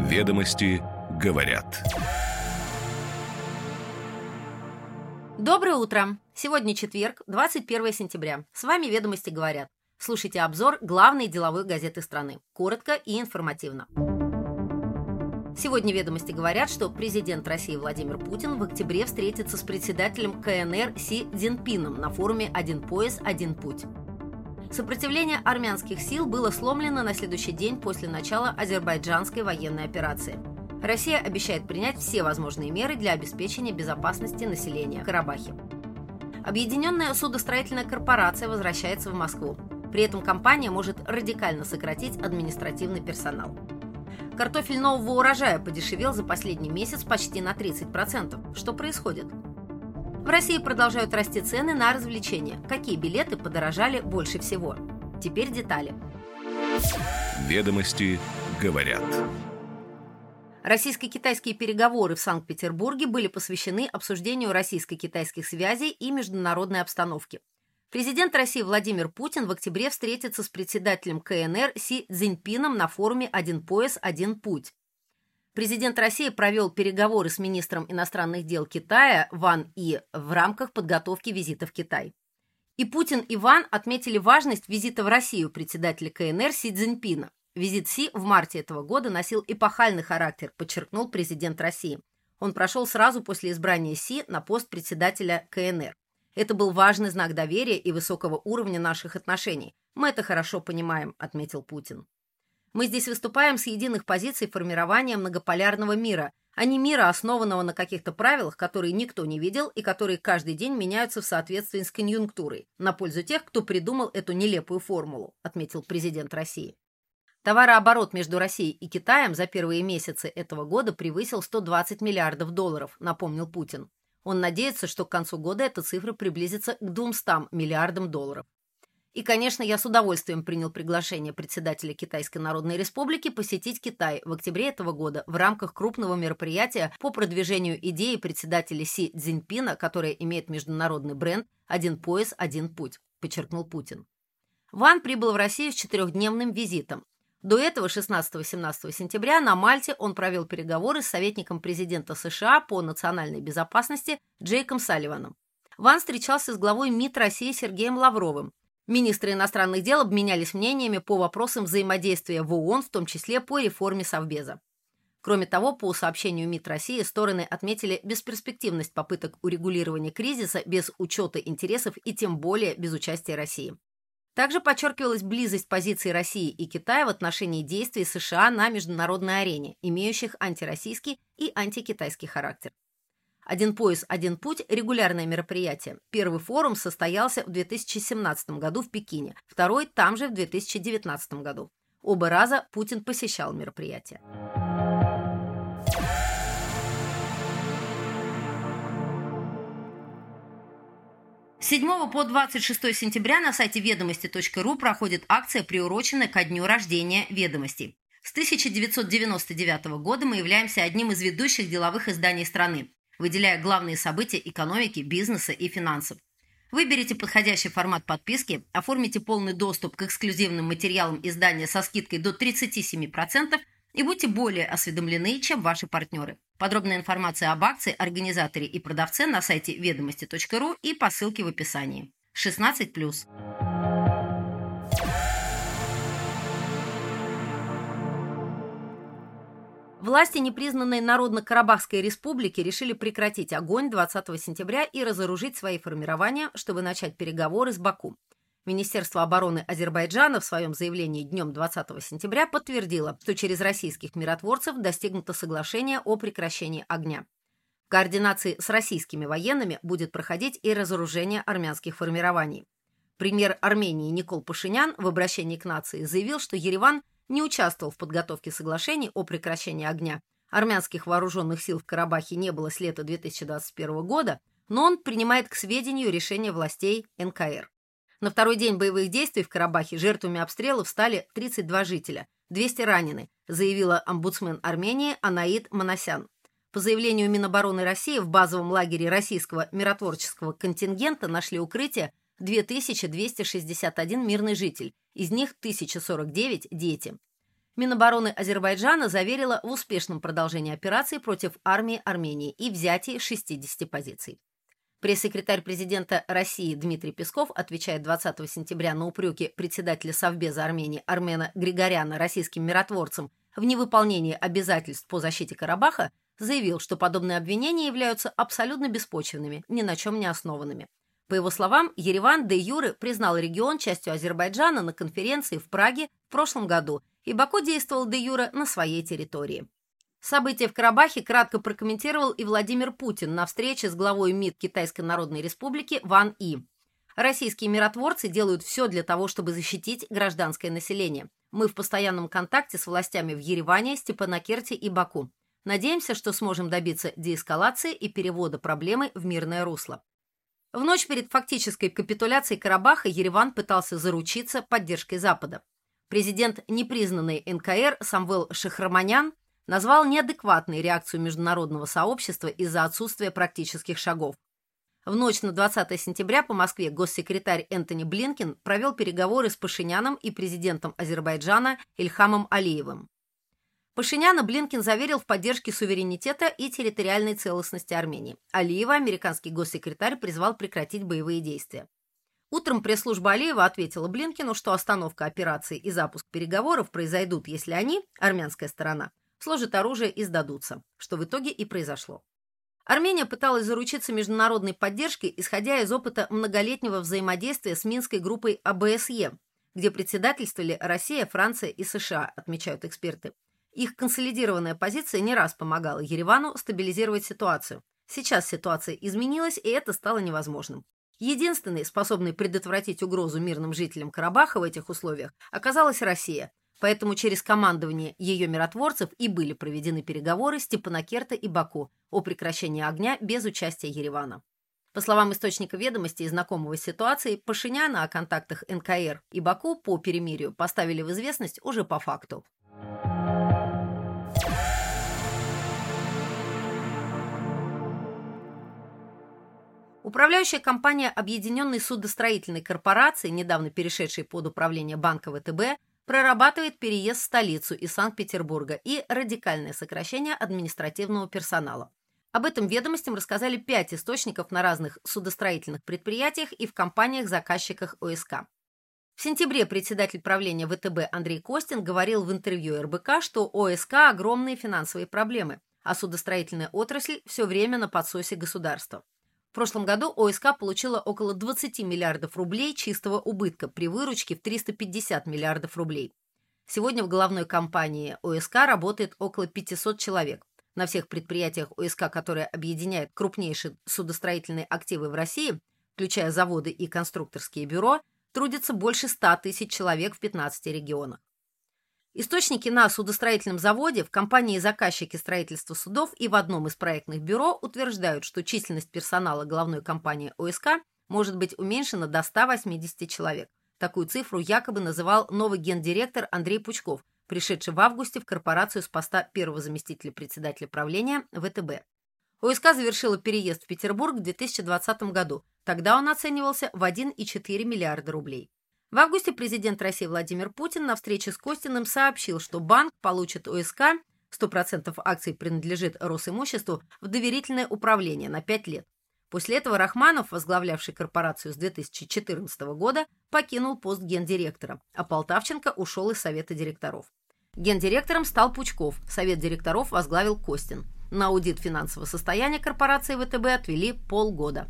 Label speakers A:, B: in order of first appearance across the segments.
A: Ведомости говорят.
B: Доброе утро! Сегодня четверг, 21 сентября. С вами «Ведомости говорят». Слушайте обзор главной деловой газеты страны. Коротко и информативно. Сегодня «Ведомости говорят», что президент России Владимир Путин в октябре встретится с председателем КНР Си Цзиньпином на форуме «Один пояс, один путь». Сопротивление армянских сил было сломлено на следующий день после начала азербайджанской военной операции. Россия обещает принять все возможные меры для обеспечения безопасности населения в Карабахе. Объединенная судостроительная корпорация возвращается в Москву. При этом компания может радикально сократить административный персонал. Картофель нового урожая подешевел за последний месяц почти на 30%. Что происходит? В России продолжают расти цены на развлечения. Какие билеты подорожали больше всего? Теперь детали.
A: Ведомости говорят.
B: Российско-китайские переговоры в Санкт-Петербурге были посвящены обсуждению российско-китайских связей и международной обстановки. Президент России Владимир Путин в октябре встретится с председателем КНР Си Цзиньпином на форуме «Один пояс, один путь». Президент России провел переговоры с министром иностранных дел Китая Ван И в рамках подготовки визита в Китай. И Путин, и Ван отметили важность визита в Россию председателя КНР Си Цзиньпина. Визит Си в марте этого года носил эпохальный характер, подчеркнул президент России. Он прошел сразу после избрания Си на пост председателя КНР. Это был важный знак доверия и высокого уровня наших отношений. Мы это хорошо понимаем, отметил Путин. Мы здесь выступаем с единых позиций формирования многополярного мира, а не мира, основанного на каких-то правилах, которые никто не видел и которые каждый день меняются в соответствии с конъюнктурой, на пользу тех, кто придумал эту нелепую формулу, отметил президент России. Товарооборот между Россией и Китаем за первые месяцы этого года превысил 120 миллиардов долларов, напомнил Путин. Он надеется, что к концу года эта цифра приблизится к 200 миллиардам долларов. И, конечно, я с удовольствием принял приглашение председателя Китайской Народной Республики посетить Китай в октябре этого года в рамках крупного мероприятия по продвижению идеи председателя Си Цзиньпина, которая имеет международный бренд «Один пояс, один путь», подчеркнул Путин. Ван прибыл в Россию с 4-дневным визитом. До этого 16-17 сентября на Мальте он провел переговоры с советником президента США по национальной безопасности Джейком Салливаном. Ван встречался с главой МИД России Сергеем Лавровым. Министры иностранных дел обменялись мнениями по вопросам взаимодействия в ООН, в том числе по реформе Совбеза. Кроме того, по сообщению МИД России, стороны отметили бесперспективность попыток урегулирования кризиса без учета интересов и тем более без участия России. Также подчеркивалась близость позиций России и Китая в отношении действий США на международной арене, имеющих антироссийский и антикитайский характер. «Один пояс, один путь» – регулярное мероприятие. Первый форум состоялся в 2017 году в Пекине, второй там же в 2019 году. Оба раза Путин посещал мероприятие. С 7 по 26 сентября на сайте ведомости.ру проходит акция, приуроченная ко дню рождения «Ведомостей». С 1999 года мы являемся одним из ведущих деловых изданий страны, выделяя главные события экономики, бизнеса и финансов. Выберите подходящий формат подписки, оформите полный доступ к эксклюзивным материалам издания со скидкой до 37% и будьте более осведомлены, чем ваши партнеры. Подробная информация об акции, организаторе и продавце на сайте ведомости.ру и по ссылке в описании. 16+. Власти непризнанной Народно-Карабахской республики решили прекратить огонь 20 сентября и разоружить свои формирования, чтобы начать переговоры с Баку. Министерство обороны Азербайджана в своем заявлении днем 20 сентября подтвердило, что через российских миротворцев достигнуто соглашение о прекращении огня. В координации с российскими военными будет проходить и разоружение армянских формирований. Премьер Армении Никол Пашинян в обращении к нации заявил, что Ереван не участвовал в подготовке соглашений о прекращении огня. Армянских вооруженных сил в Карабахе не было с лета 2021 года, но он принимает к сведению решение властей НКР. На второй день боевых действий в Карабахе жертвами обстрелов стали 32 жителя, 200 ранены, заявила омбудсмен Армении Анаид Манасян. По заявлению Минобороны России, в базовом лагере российского миротворческого контингента нашли укрытие 2261 мирный житель, из них 1049 – дети. Минобороны Азербайджана заверила в успешном продолжении операции против армии Армении и взятии 60 позиций. Пресс-секретарь президента России Дмитрий Песков отвечает 20 сентября на упреки председателя Совбеза Армении Армена Григоряна российским миротворцам в невыполнении обязательств по защите Карабаха, заявил, что подобные обвинения являются абсолютно беспочвенными, ни на чем не основанными. По его словам, Ереван де-юре признал регион частью Азербайджана на конференции в Праге в прошлом году, и Баку действовал де-юре на своей территории. События в Карабахе кратко прокомментировал и Владимир Путин на встрече с главой МИД Китайской Народной Республики Ван И. Российские миротворцы делают все для того, чтобы защитить гражданское население. Мы в постоянном контакте с властями в Ереване, Степанакерте и Баку. Надеемся, что сможем добиться деэскалации и перевода проблемы в мирное русло. В ночь перед фактической капитуляцией Карабаха Ереван пытался заручиться поддержкой Запада. Президент непризнанной НКР Самвел Шахраманян назвал неадекватной реакцию международного сообщества из-за отсутствия практических шагов. В ночь на 20 сентября по Москве госсекретарь Энтони Блинкен провел переговоры с Пашиняном и президентом Азербайджана Ильхамом Алиевым. Пашиняна Блинкен заверил в поддержке суверенитета и территориальной целостности Армении. Алиева американский госсекретарь призвал прекратить боевые действия. Утром пресс-служба Алиева ответила Блинкену, что остановка операции и запуск переговоров произойдут, если они, армянская сторона, сложат оружие и сдадутся, что в итоге и произошло. Армения пыталась заручиться международной поддержкой, исходя из опыта многолетнего взаимодействия с Минской группой ОБСЕ, где председательствовали Россия, Франция и США, отмечают эксперты. Их консолидированная позиция не раз помогала Еревану стабилизировать ситуацию. Сейчас ситуация изменилась, и это стало невозможным. Единственной, способной предотвратить угрозу мирным жителям Карабаха в этих условиях, оказалась Россия. Поэтому через командование ее миротворцев и были проведены переговоры Степанакерта и Баку о прекращении огня без участия Еревана. По словам источника «Ведомостей» и знакомого с ситуацией, Пашиняна о контактах НКР и Баку по перемирию поставили в известность уже по факту. Управляющая компания Объединенной судостроительной корпорации, недавно перешедшей под управление банка ВТБ, прорабатывает переезд в столицу из Санкт-Петербурга и радикальное сокращение административного персонала. Об этом «Ведомостям» рассказали 5 источников на разных судостроительных предприятиях и в компаниях-заказчиках ОСК. В сентябре председатель правления ВТБ Андрей Костин говорил в интервью РБК, что у ОСК огромные финансовые проблемы, а судостроительная отрасль все время на подсосе государства. В прошлом году ОСК получила около 20 миллиардов рублей чистого убытка при выручке в 350 миллиардов рублей. Сегодня в головной компании ОСК работает около 500 человек. На всех предприятиях ОСК, которые объединяют крупнейшие судостроительные активы в России, включая заводы и конструкторские бюро, трудится больше 100 тысяч человек в 15 регионах. Источники на судостроительном заводе, в компании-заказчике строительства судов и в одном из проектных бюро утверждают, что численность персонала головной компании ОСК может быть уменьшена до 180 человек. Такую цифру якобы называл новый гендиректор Андрей Пучков, пришедший в августе в корпорацию с поста первого заместителя председателя правления ВТБ. ОСК завершила переезд в Петербург в 2020 году. Тогда он оценивался в 1,4 миллиарда рублей. В августе президент России Владимир Путин на встрече с Костиным сообщил, что банк получит ОСК, 100% акций принадлежит Росимуществу, в доверительное управление на 5 лет. После этого Рахманов, возглавлявший корпорацию с 2014 года, покинул пост гендиректора, а Полтавченко ушел из совета директоров. Гендиректором стал Пучков, совет директоров возглавил Костин. На аудит финансового состояния корпорации ВТБ отвели полгода.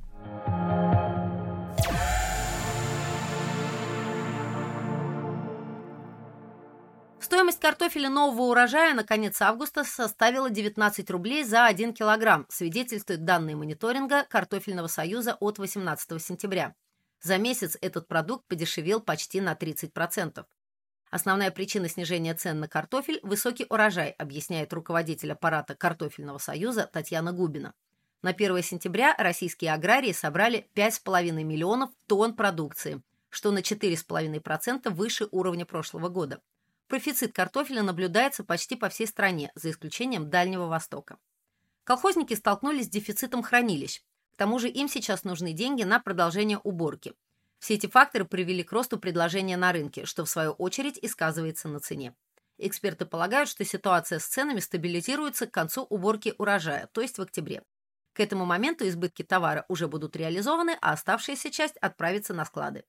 B: Стоимость картофеля нового урожая на конец августа составила 19 рублей за 1 килограмм, свидетельствуют данные мониторинга Картофельного союза от 18 сентября. За месяц этот продукт подешевел почти на 30%. Основная причина снижения цен на картофель – высокий урожай, объясняет руководитель аппарата Картофельного союза Татьяна Губина. На 1 сентября российские аграрии собрали 5,5 миллионов тонн продукции, что на 4,5% выше уровня прошлого года. Профицит картофеля наблюдается почти по всей стране, за исключением Дальнего Востока. Колхозники столкнулись с дефицитом хранилищ. К тому же им сейчас нужны деньги на продолжение уборки. Все эти факторы привели к росту предложения на рынке, что в свою очередь и сказывается на цене. Эксперты полагают, что ситуация с ценами стабилизируется к концу уборки урожая, то есть в октябре. К этому моменту избытки товара уже будут реализованы, а оставшаяся часть отправится на склады.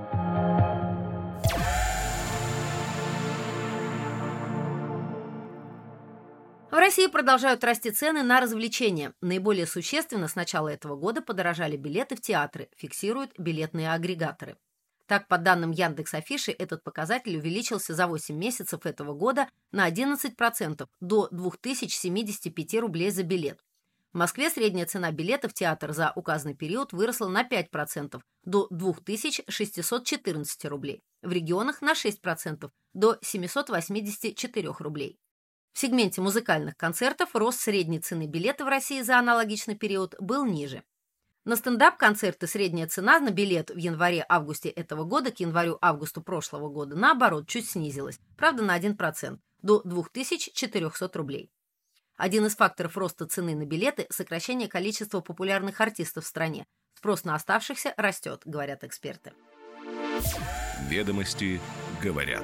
B: В России продолжают расти цены на развлечения. Наиболее существенно с начала этого года подорожали билеты в театры, фиксируют билетные агрегаторы. Так, по данным Яндекс.Афиши, этот показатель увеличился за 8 месяцев этого года на 11% до 2075 рублей за билет. В Москве средняя цена билета в театр за указанный период выросла на 5% до 2614 рублей. В регионах на 6% до 784 рублей. В сегменте музыкальных концертов рост средней цены билета в России за аналогичный период был ниже. На стендап-концерты средняя цена на билет в январе-августе этого года к январю-августу прошлого года, наоборот, чуть снизилась, правда, на 1%, до 2400 рублей. Один из факторов роста цены на билеты – сокращение количества популярных артистов в стране. Спрос на оставшихся растет, говорят эксперты.
A: Ведомости говорят.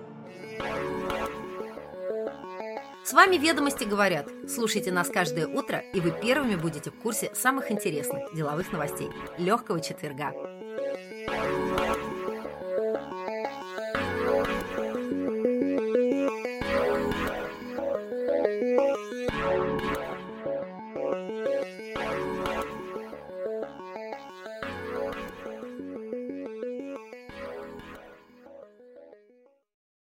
B: С вами «Ведомости говорят». Слушайте нас каждое утро, и вы первыми будете в курсе самых интересных деловых новостей. Легкого четверга!